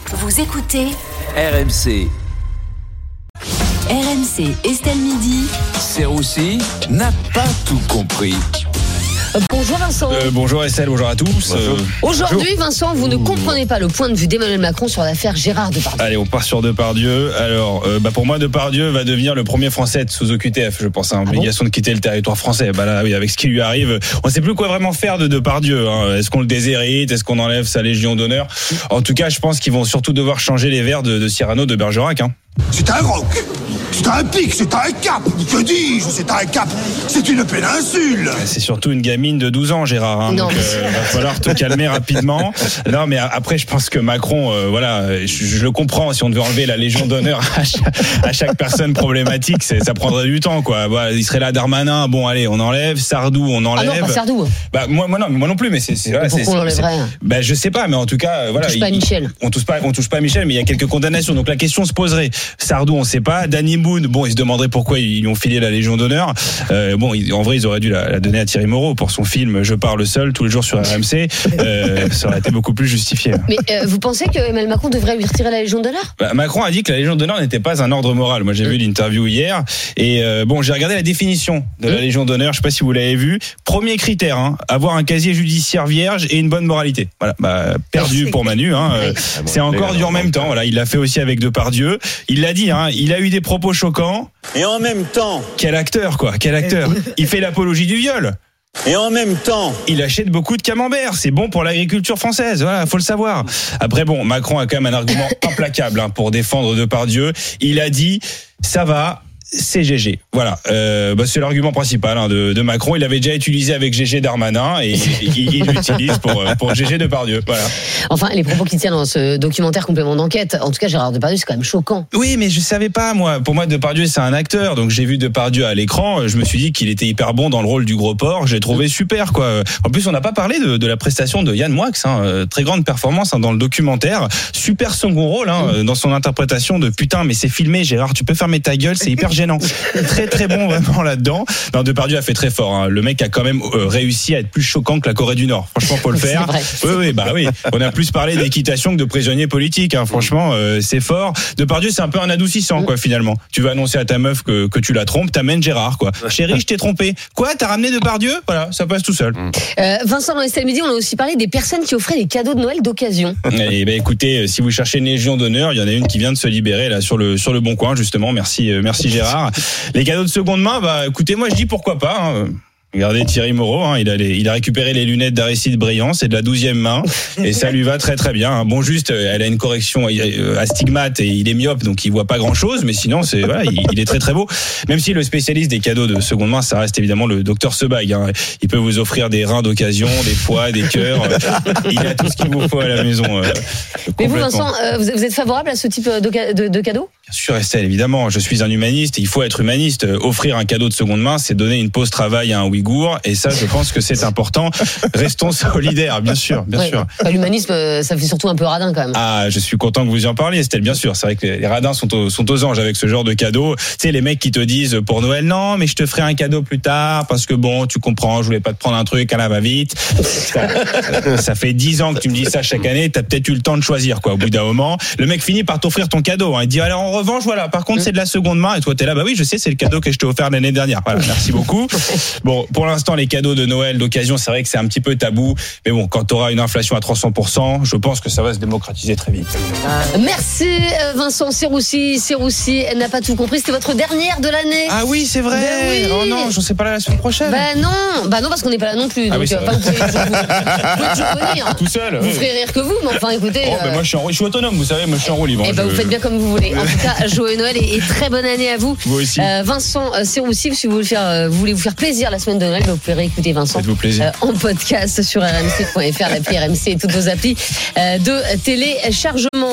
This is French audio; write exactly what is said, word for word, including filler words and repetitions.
Vous écoutez R M C. R M C Estelle Midi. Serroussi n'a pas tout compris. Euh, bonjour Vincent. Euh, bonjour Estelle, bonjour à tous. Bonjour. Euh, Aujourd'hui Vincent, vous ne comprenez pas le point de vue d'Emmanuel Macron sur l'affaire Gérard Depardieu. Allez, on part sur Depardieu. Alors, euh, bah pour moi, Depardieu va devenir le premier Français sous O Q T F, je pense. Hein, Ah obligation bon de quitter le territoire français. Bah là, oui, avec ce qui lui arrive, on ne sait plus quoi vraiment faire de Depardieu. Hein. Est-ce qu'on le déshérite? Est-ce qu'on enlève sa Légion d'honneur? En tout cas, je pense qu'ils vont surtout devoir changer les vers de, de Cyrano de Bergerac. Hein. C'est un roc, c'est un pic, c'est un cap. Que dis-je? C'est un cap, c'est une péninsule. C'est surtout une gamine de douze ans, Gérard. Hein, non, donc, il euh, va falloir te calmer rapidement. Non, mais après, je pense que Macron, euh, voilà, je, je le comprends. Si on devait enlever la Légion d'honneur à chaque, à chaque personne problématique, c'est, ça prendrait du temps, quoi. Bah, il serait là, Darmanin. Bon, allez, on enlève. Sardou, on enlève. Ah non, pas Sardou. Bah, moi, moi, non, moi non plus. Mais c'est, c'est, voilà, pourquoi c'est, on l'enlèverait? Bah, je sais pas, mais en tout cas, euh, voilà. On touche pas à Michel. On touche pas, on touche pas à Michel, mais il y a quelques condamnations. Donc la question se poserait. Sardou, on sait pas. Danny Boone, bon, il se demanderait pourquoi ils lui ont filé la Légion d'honneur. Euh, bon, il, en vrai, ils auraient dû la, la donner à Thierry Moreau pour son film Je parle seul tous les jours sur R M C. Euh, ça aurait été beaucoup plus justifié. Mais euh, vous pensez que Emmanuel Macron devrait lui retirer la Légion d'honneur? Bah, Macron a dit que la Légion d'honneur n'était pas un ordre moral. Moi, j'ai vu l'interview hier et euh, bon, j'ai regardé la définition de la Légion d'honneur. Je sais pas si vous l'avez vu. Premier critère, hein, avoir un casier judiciaire vierge et une bonne moralité. Voilà, bah, perdu pour Manu. Hein, euh, c'est encore du en même temps. Voilà, il l'a fait aussi avec Depardieu. Il l'a dit. Hein, il a eu des propos choquants. Et en même temps, quel acteur, quoi, quel acteur. Il fait l'apologie du viol. et en même temps, il achète beaucoup de camembert. C'est bon pour l'agriculture française. Voilà, faut le savoir. Après, bon, Macron a quand même un argument implacable hein, pour défendre Depardieu. Il a dit, ça va. C'est G G. Voilà, euh, bah c'est l'argument principal hein, de, de Macron. Il l'avait déjà utilisé avec G G Darmanin et il, il l'utilise pour, pour G G Depardieu. Voilà. Enfin, les propos qu'il tient dans ce documentaire complément d'enquête, en tout cas Gérard Depardieu, c'est quand même choquant. Oui, mais je savais pas moi. Pour moi, Depardieu c'est un acteur, donc j'ai vu Depardieu à l'écran. Je me suis dit qu'il était hyper bon dans le rôle du gros porc. J'ai trouvé super quoi. En plus, on n'a pas parlé de, de la prestation de Yann Moix. Hein, très grande performance hein, dans le documentaire. Super second rôle hein, dans son interprétation de putain, mais c'est filmé. Gérard, tu peux fermer ta gueule, c'est hyper gênant. Très très bon vraiment là-dedans. Non, Depardieu a fait très fort. Hein. Le mec a quand même euh, réussi à être plus choquant que la Corée du Nord. Franchement, faut le faire. Oui, oui, bah oui. On a plus parlé d'équitation que de prisonniers politiques. Hein. Franchement, euh, c'est fort. Depardieu, c'est un peu un adoucissant, quoi. Finalement, tu vas annoncer à ta meuf que que tu la trompes, t'amènes Gérard, quoi. Chérie, je t'ai trompé. Quoi, t'as ramené Depardieu? Voilà, ça passe tout seul. Euh, Vincent, dans Estelle Midi, on a aussi parlé des personnes qui offraient des cadeaux de Noël d'occasion. Et ben écoutez, si vous cherchez une Légion d'honneur, il y en a une qui vient de se libérer là sur le sur le Bon Coin justement. Merci, euh, merci Gérard. Les cadeaux de seconde main, bah écoutez, moi je dis pourquoi pas. Hein. Regardez Thierry Moreau, hein, il, a les, il a récupéré les lunettes d'Aristide Briand, c'est de la douzième main, et ça lui va très très bien. Hein. Bon, juste, elle a une correction astigmate et il est myope, donc il voit pas grand chose, mais sinon c'est voilà, il, il est très très beau. Même si le spécialiste des cadeaux de seconde main, ça reste évidemment le docteur Sebag. Hein. Il peut vous offrir des reins d'occasion, des foies, des cœurs. Il a tout ce qu'il vous faut à la maison. Euh, mais vous, Vincent, euh, vous êtes favorable à ce type de, de, de cadeau? Bien sûr, Estelle, évidemment. Je suis un humaniste. Il faut être humaniste. Offrir un cadeau de seconde main, c'est donner une pause travail à un Ouïghour. Et ça, je pense que c'est important. Restons solidaires, bien sûr, bien ouais. sûr. L'humanisme, ça fait surtout un peu radin quand même. Ah, je suis content que vous y en parliez, Estelle, bien sûr. C'est vrai que les radins sont aux, sont aux anges avec ce genre de cadeau. Tu sais, les mecs qui te disent pour Noël, non, mais je te ferai un cadeau plus tard parce que bon, tu comprends, je voulais pas te prendre un truc à la va-vite. Ça, ça fait dix ans que tu me dis ça chaque année. T'as peut-être eu le temps de choisir, quoi. Au bout d'un moment, le mec finit par t'offrir ton cadeau. Hein. Il dit alors en revanche, voilà. Par contre, c'est de la seconde main. Et toi, t'es là, bah oui, je sais, c'est le cadeau que je t'ai offert l'année dernière. Voilà, merci beaucoup. Bon, pour l'instant, les cadeaux de Noël d'occasion, c'est vrai que c'est un petit peu tabou. Mais bon, quand tu auras une inflation à trois cents pour cent, je pense que ça va se démocratiser très vite. Merci Vincent Serroussi. Serroussi, elle n'a pas tout compris. C'était votre dernière de l'année. Ah oui, c'est vrai. Ben oui. Oh non, j'en sais pas là la semaine prochaine. Bah non, bah non parce qu'on n'est pas là non plus. Ah donc oui, euh, pas vous pouvez toujours, vous, vous pouvez toujours venir. Tout seul. Vous oui. ferez rire que vous, mais enfin écoutez. Oh, ben euh... moi je suis, en, je suis autonome, vous savez, moi je suis en roue libre. Eh ben je... vous faites bien comme vous voulez. En tout cas, joyeux Noël et, et très bonne année à vous. Vous aussi. Euh, Vincent Serroussi, si vous voulez, faire, euh, vous voulez vous faire plaisir la semaine de Noël, vous pouvez réécouter Vincent Faites-vous plaisir. Euh, en podcast sur r m c point f r, l'appli R M C et toutes vos applis euh, de téléchargement.